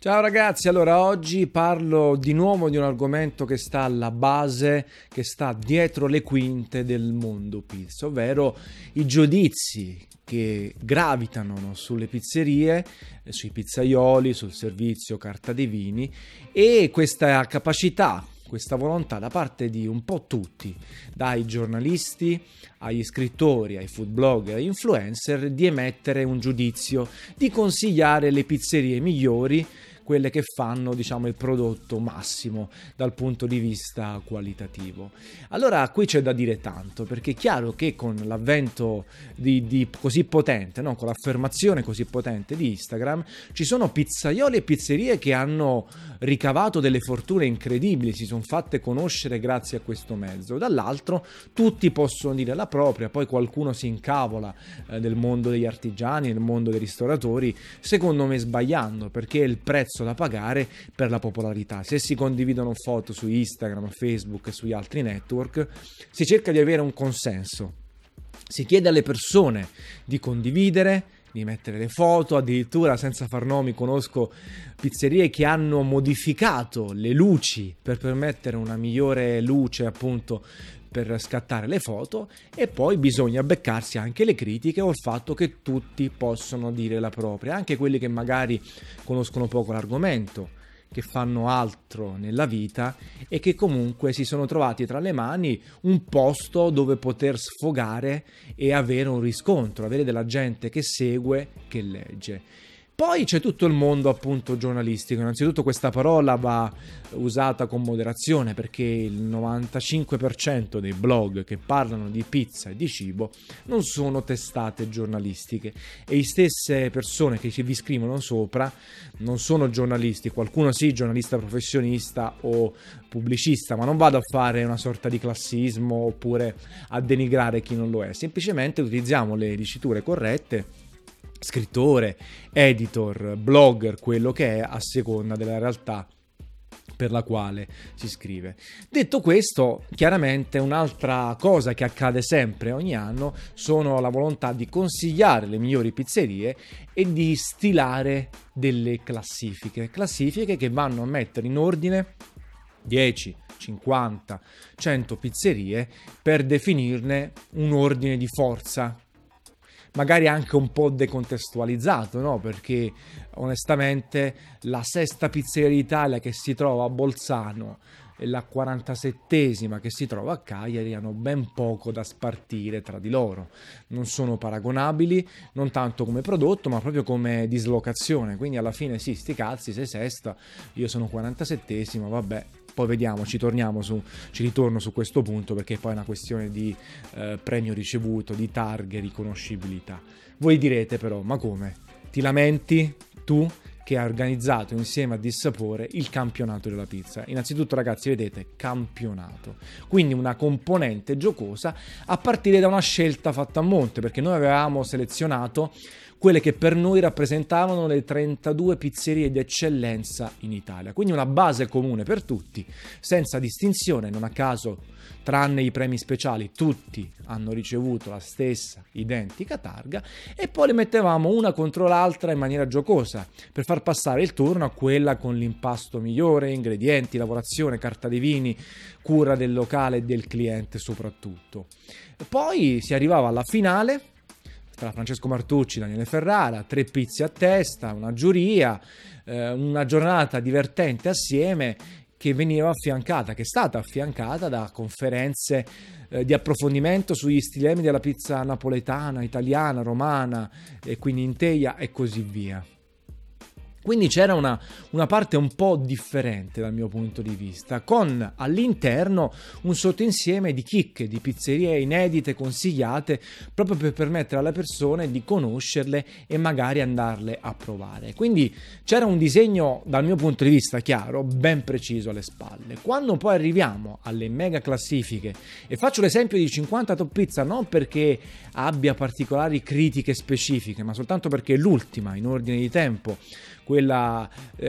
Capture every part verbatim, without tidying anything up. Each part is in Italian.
Ciao ragazzi, allora oggi parlo di nuovo di un argomento che sta alla base, che sta dietro le quinte del mondo pizza, ovvero i giudizi che gravitano no, sulle pizzerie, sui pizzaioli, sul servizio carta dei vini e questa capacità, questa volontà da parte di un po' tutti, dai giornalisti agli scrittori, ai food blogger, ai influencer, di emettere un giudizio, di consigliare le pizzerie migliori, quelle che fanno, diciamo, il prodotto massimo dal punto di vista qualitativo. Allora qui c'è da dire tanto, perché è chiaro che con l'avvento di, di così potente, no? Con l'affermazione così potente di Instagram, ci sono pizzaioli e pizzerie che hanno ricavato delle fortune incredibili, si sono fatte conoscere grazie a questo mezzo. Dall'altro tutti possono dire la propria, poi qualcuno si incavola eh, del mondo degli artigiani, nel mondo dei ristoratori, secondo me sbagliando, perché il prezzo da pagare per la popolarità. Se si condividono foto su Instagram, Facebook e sugli altri network, si cerca di avere un consenso. Si chiede alle persone di condividere, di mettere le foto, addirittura senza far nomi conosco pizzerie che hanno modificato le luci per permettere una migliore luce appunto per scattare le foto, e poi bisogna beccarsi anche le critiche o il fatto che tutti possono dire la propria, anche quelli che magari conoscono poco l'argomento, che fanno altro nella vita e che comunque si sono trovati tra le mani un posto dove poter sfogare e avere un riscontro, avere della gente che segue, che legge. Poi c'è tutto il mondo appunto giornalistico. Innanzitutto questa parola va usata con moderazione, perché il novantacinque per cento dei blog che parlano di pizza e di cibo non sono testate giornalistiche, e le stesse persone che vi scrivono sopra non sono giornalisti. Qualcuno sì, giornalista professionista o pubblicista, ma non vado a fare una sorta di classismo oppure a denigrare chi non lo è, semplicemente utilizziamo le diciture corrette, scrittore, editor, blogger, quello che è, a seconda della realtà per la quale si scrive. Detto questo, chiaramente un'altra cosa che accade sempre ogni anno sono la volontà di consigliare le migliori pizzerie e di stilare delle classifiche, classifiche che vanno a mettere in ordine dieci, cinquanta, cento pizzerie per definirne un ordine di forza, magari anche un po' decontestualizzato, no? Perché onestamente la sesta pizzeria d'Italia che si trova a Bolzano e la quarantasettesima che si trova a Cagliari hanno ben poco da spartire tra di loro, non sono paragonabili, non tanto come prodotto ma proprio come dislocazione, quindi alla fine sì, sti cazzi, sei sesta, io sono quarantasettesima, vabbè. Poi vediamo, ci torniamo su, ci ritorno su questo punto, perché poi è una questione di eh, premio ricevuto, di targhe, riconoscibilità. Voi direte però, ma come? Ti lamenti tu che hai organizzato insieme a Dissapore il campionato della pizza? Innanzitutto ragazzi, vedete, campionato, quindi una componente giocosa a partire da una scelta fatta a monte, perché noi avevamo selezionato quelle che per noi rappresentavano le trentadue pizzerie di eccellenza in Italia, quindi una base comune per tutti, senza distinzione. Non a caso, tranne i premi speciali, tutti hanno ricevuto la stessa identica targa, e poi le mettevamo una contro l'altra in maniera giocosa per far passare il turno a quella con l'impasto migliore, ingredienti, lavorazione, carta dei vini, cura del locale e del cliente soprattutto. Poi si arrivava alla finale tra Francesco Martucci e Daniele Ferrara, tre pizze a testa, una giuria, eh, una giornata divertente assieme che veniva affiancata, che è stata affiancata da conferenze eh, di approfondimento sugli stilemi della pizza napoletana, italiana, romana, e quindi in teglia e così via. Quindi c'era una, una parte un po' differente dal mio punto di vista, con all'interno un sottoinsieme di chicche, di pizzerie inedite, consigliate, proprio per permettere alle persone di conoscerle e magari andarle a provare. Quindi c'era un disegno, dal mio punto di vista chiaro, ben preciso alle spalle. Quando poi arriviamo alle mega classifiche, e faccio l'esempio di cinquanta Top Pizza non perché abbia particolari critiche specifiche, ma soltanto perché è l'ultima in ordine di tempo, quella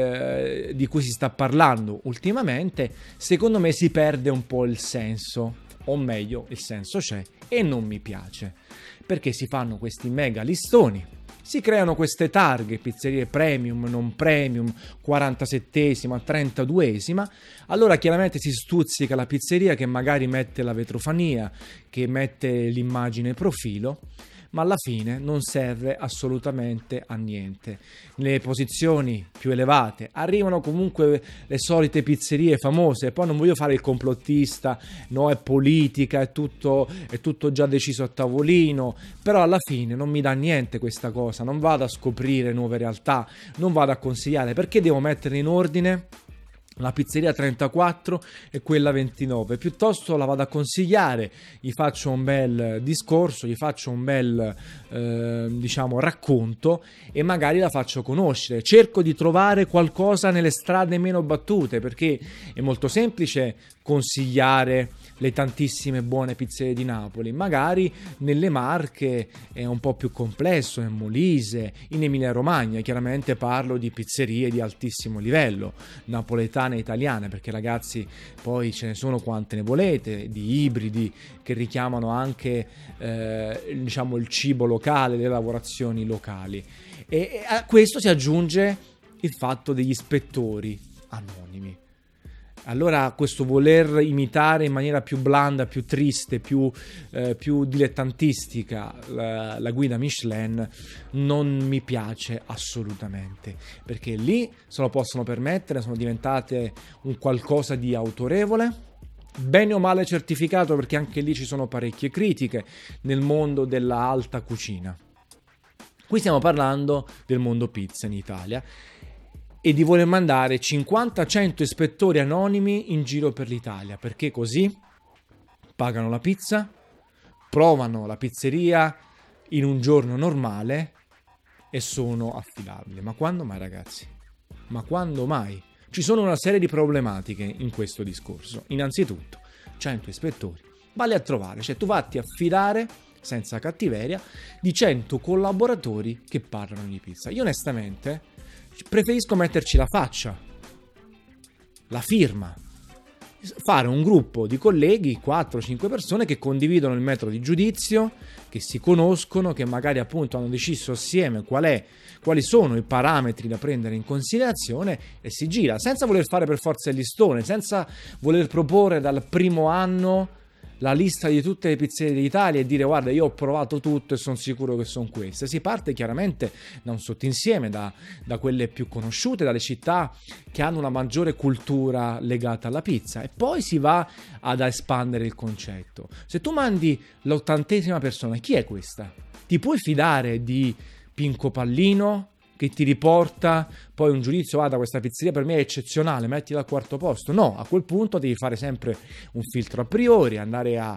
eh, di cui si sta parlando ultimamente, secondo me si perde un po' il senso, o meglio il senso c'è e non mi piace, perché si fanno questi mega listoni, si creano queste targhe, pizzerie premium, non premium, quarantasettesima, trentaduesima, allora chiaramente si stuzzica la pizzeria che magari mette la vetrofania, che mette l'immagine profilo, ma alla fine non serve assolutamente a niente. Nelle posizioni più elevate arrivano comunque le solite pizzerie famose, poi non voglio fare il complottista, no, è politica, è tutto, è tutto già deciso a tavolino, però alla fine non mi dà niente questa cosa, non vado a scoprire nuove realtà, non vado a consigliare, perché devo mettere in ordine la pizzeria trentaquattro e quella ventinove, piuttosto la vado a consigliare, gli faccio un bel discorso, gli faccio un bel eh, diciamo racconto e magari la faccio conoscere, cerco di trovare qualcosa nelle strade meno battute, perché è molto semplice consigliare le tantissime buone pizzerie di Napoli, magari nelle Marche è un po' più complesso, in Molise, in Emilia Romagna chiaramente parlo di pizzerie di altissimo livello, napoletane e italiane, perché ragazzi poi ce ne sono quante ne volete, di ibridi che richiamano anche eh, diciamo il cibo locale, le lavorazioni locali, e, e a questo si aggiunge il fatto degli ispettori anonimi. Allora questo voler imitare in maniera più blanda, più triste, più, eh, più dilettantistica la, la guida Michelin non mi piace assolutamente, perché lì se lo possono permettere, sono diventate un qualcosa di autorevole, bene o male certificato, perché anche lì ci sono parecchie critiche nel mondo della alta cucina. Qui stiamo parlando del mondo pizza in Italia e di voler mandare cinquanta cento ispettori anonimi in giro per l'Italia, perché così pagano la pizza, provano la pizzeria in un giorno normale e sono affidabili. Ma quando mai, ragazzi? Ma quando mai? Ci sono una serie di problematiche in questo discorso. Innanzitutto, cento ispettori, vale a trovare, cioè tu vatti a fidare senza cattiveria di cento collaboratori che parlano di pizza. Io onestamente preferisco metterci la faccia, la firma, fare un gruppo di colleghi, quattro cinque persone che condividono il metodo di giudizio, che si conoscono, che magari appunto hanno deciso assieme qual è, quali sono i parametri da prendere in considerazione e si gira, senza voler fare per forza il listone, senza voler proporre dal primo anno la lista di tutte le pizzerie d'Italia e dire guarda io ho provato tutto e sono sicuro che sono queste. Si parte chiaramente da un sottoinsieme, da, da quelle più conosciute, dalle città che hanno una maggiore cultura legata alla pizza, e poi si va ad espandere il concetto. Se tu mandi l'ottantesima persona, chi è questa? Ti puoi fidare di Pinco Pallino che ti riporta poi un giudizio, ah da questa pizzeria per me è eccezionale, mettila al quarto posto? No, a quel punto devi fare sempre un filtro a priori, andare a,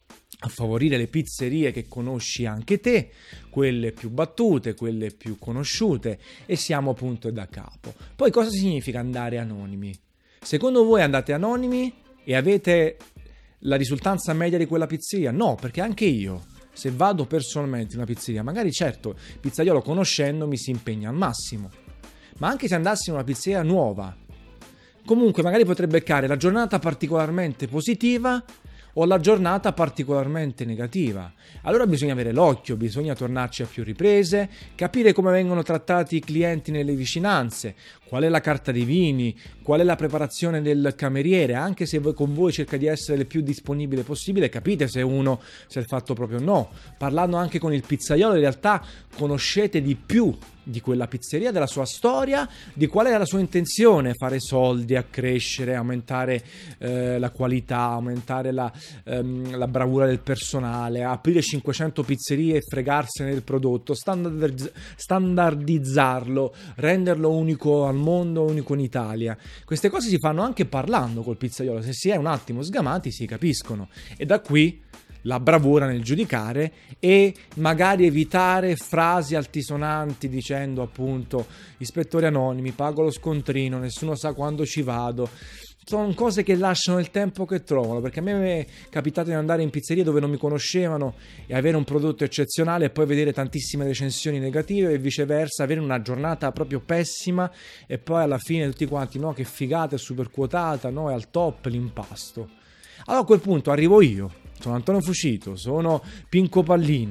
a favorire le pizzerie che conosci anche te, quelle più battute, quelle più conosciute, e siamo punto da capo. Poi cosa significa andare anonimi? Secondo voi andate anonimi e avete la risultanza media di quella pizzeria? No, perché anche io, se vado personalmente in una pizzeria, magari certo, il pizzaiolo conoscendo mi si impegna al massimo, ma anche se andassi in una pizzeria nuova, comunque magari potrei beccare la giornata particolarmente positiva o la giornata particolarmente negativa. Allora bisogna avere l'occhio, bisogna tornarci a più riprese, capire come vengono trattati i clienti nelle vicinanze, qual è la carta dei vini, qual è la preparazione del cameriere, anche se voi, con voi cerca di essere il più disponibile possibile, capite se uno si è fatto proprio o no. Parlando anche con il pizzaiolo, in realtà conoscete di più di quella pizzeria, della sua storia, di qual è la sua intenzione, fare soldi, accrescere, aumentare eh, la qualità, aumentare la, ehm, la bravura del personale, aprire cinquecento pizzerie e fregarsene del prodotto, standardizz- standardizzarlo, renderlo unico al mondo, unico in Italia. Queste cose si fanno anche parlando col pizzaiolo, se si è un attimo sgamati si capiscono, e da qui la bravura nel giudicare e magari evitare frasi altisonanti dicendo appunto ispettori anonimi, pago lo scontrino, nessuno sa quando ci vado. Sono cose che lasciano il tempo che trovano, perché a me è capitato di andare in pizzerie dove non mi conoscevano e avere un prodotto eccezionale e poi vedere tantissime recensioni negative, e viceversa avere una giornata proprio pessima e poi alla fine tutti quanti no che figata, è super quotata, no è al top l'impasto. Allora a quel punto arrivo io, sono Antonio Fucito, sono Pinco Pallino,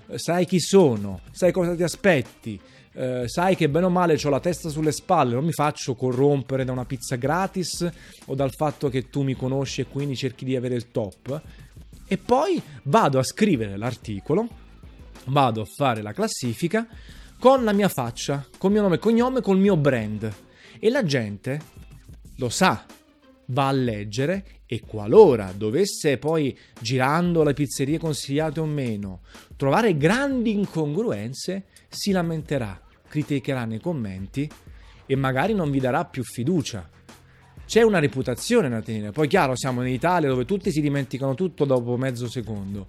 sai chi sono, sai cosa ti aspetti, eh, sai che bene o male ho la testa sulle spalle, non mi faccio corrompere da una pizza gratis o dal fatto che tu mi conosci e quindi cerchi di avere il top. E poi vado a scrivere l'articolo, vado a fare la classifica con la mia faccia, col mio nome e cognome, col mio brand. E la gente lo sa, va a leggere e qualora dovesse poi, girando le pizzerie consigliate o meno, trovare grandi incongruenze, si lamenterà, criticherà nei commenti e magari non vi darà più fiducia. C'è una reputazione da tenere. Poi chiaro, siamo in Italia dove tutti si dimenticano tutto dopo mezzo secondo.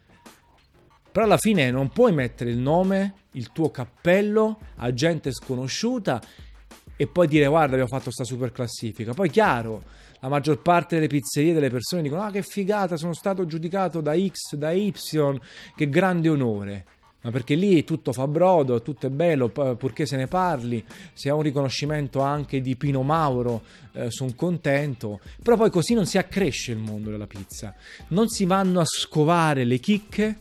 Però alla fine non puoi mettere il nome, il tuo cappello a gente sconosciuta e poi dire guarda abbiamo fatto sta super classifica. Poi chiaro, la maggior parte delle pizzerie, delle persone dicono ah che figata, sono stato giudicato da X, da Y, che grande onore. Ma perché lì tutto fa brodo, tutto è bello, purché se ne parli, se ha un riconoscimento anche di Pino Mauro, eh, sono contento. Però poi così non si accresce il mondo della pizza. Non si vanno a scovare le chicche,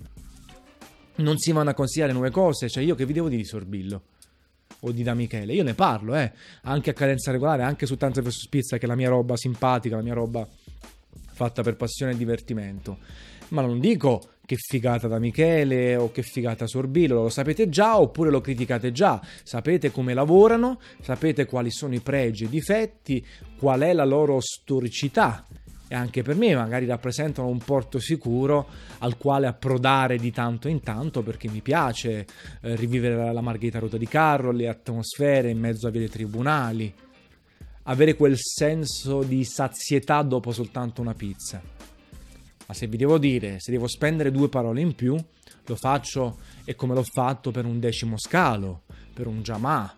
non si vanno a consigliare nuove cose. Cioè io che vi devo dire di Sorbillo o di Da Michele? Io ne parlo, eh, anche a cadenza regolare, anche su Tanza versus Pizza, che è la mia roba simpatica, la mia roba fatta per passione e divertimento. Ma non dico che figata Da Michele o che figata Sorbillo, lo sapete già oppure lo criticate già, sapete come lavorano, sapete quali sono i pregi e i difetti, qual è la loro storicità e anche per me magari rappresentano un porto sicuro al quale approdare di tanto in tanto, perché mi piace eh, rivivere la Margherita Ruota di Carro, le atmosfere in mezzo a vie dei tribunali, avere quel senso di sazietà dopo soltanto una pizza. Ma se vi devo dire, se devo spendere due parole in più, lo faccio e come l'ho fatto per un decimo scalo, per un Giamà,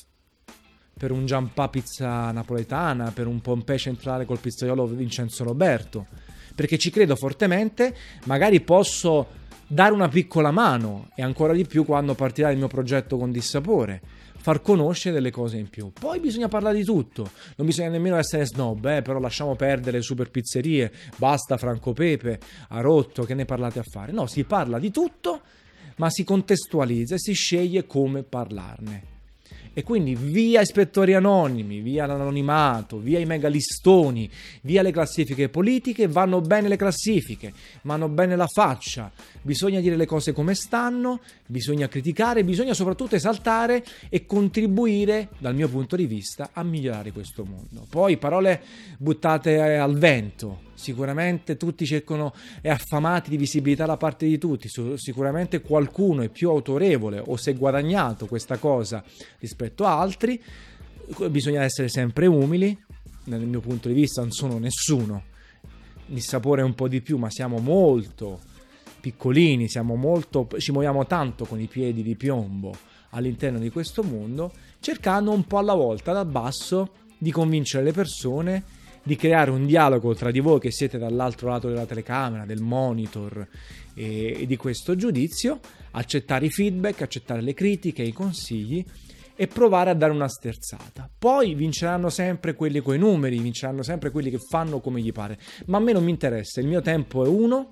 per un Giampà pizza napoletana, per un Pompei centrale col pizzaiolo Vincenzo Roberto, perché ci credo fortemente, magari posso dare una piccola mano e ancora di più quando partirà il mio progetto con Dissapore, far conoscere delle cose in più. Poi bisogna parlare di tutto, non bisogna nemmeno essere snob, eh, però lasciamo perdere le super pizzerie, basta Franco Pepe, ha rotto, che ne parlate a fare? No, si parla di tutto, ma si contestualizza e si sceglie come parlarne. E quindi via ispettori anonimi, via l'anonimato, via i megalistoni, via le classifiche politiche. Vanno bene le classifiche, vanno bene la faccia, bisogna dire le cose come stanno, bisogna criticare, bisogna soprattutto esaltare e contribuire, dal mio punto di vista, a migliorare questo mondo. Poi parole buttate al vento. Sicuramente tutti cercano e affamati di visibilità da parte di tutti, sicuramente qualcuno è più autorevole o si è guadagnato questa cosa rispetto a altri. Bisogna essere sempre umili, dal mio punto di vista non sono nessuno, Dissapore un po' di più, ma siamo molto piccolini, siamo molto, ci muoviamo tanto con i piedi di piombo all'interno di questo mondo, cercando un po' alla volta dal basso di convincere le persone, di creare un dialogo tra di voi che siete dall'altro lato della telecamera, del monitor e, e di questo giudizio, accettare i feedback, accettare le critiche, i consigli e provare a dare una sterzata. Poi vinceranno sempre quelli coi numeri, vinceranno sempre quelli che fanno come gli pare, ma a me non mi interessa, il mio tempo è uno,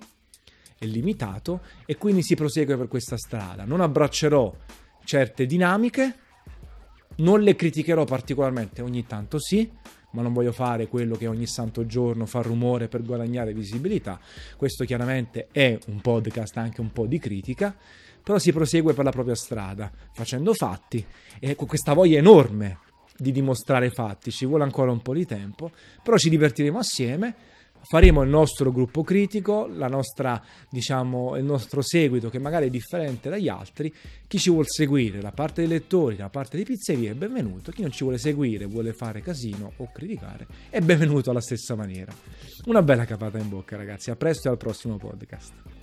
è limitato e quindi si prosegue per questa strada. Non abbraccerò certe dinamiche, non le criticherò particolarmente, ogni tanto sì, ma non voglio fare quello che ogni santo giorno fa rumore per guadagnare visibilità. Questo chiaramente è un podcast anche un po' di critica, però si prosegue per la propria strada, facendo fatti e con questa voglia enorme di dimostrare fatti. Ci vuole ancora un po' di tempo, però ci divertiremo assieme. Faremo il nostro gruppo critico, la nostra, diciamo, il nostro seguito che magari è differente dagli altri. Chi ci vuole seguire, la parte dei lettori, la parte di pizzerie, è benvenuto. Chi non ci vuole seguire, vuole fare casino o criticare, è benvenuto alla stessa maniera. Una bella capata in bocca, ragazzi. A presto e al prossimo podcast.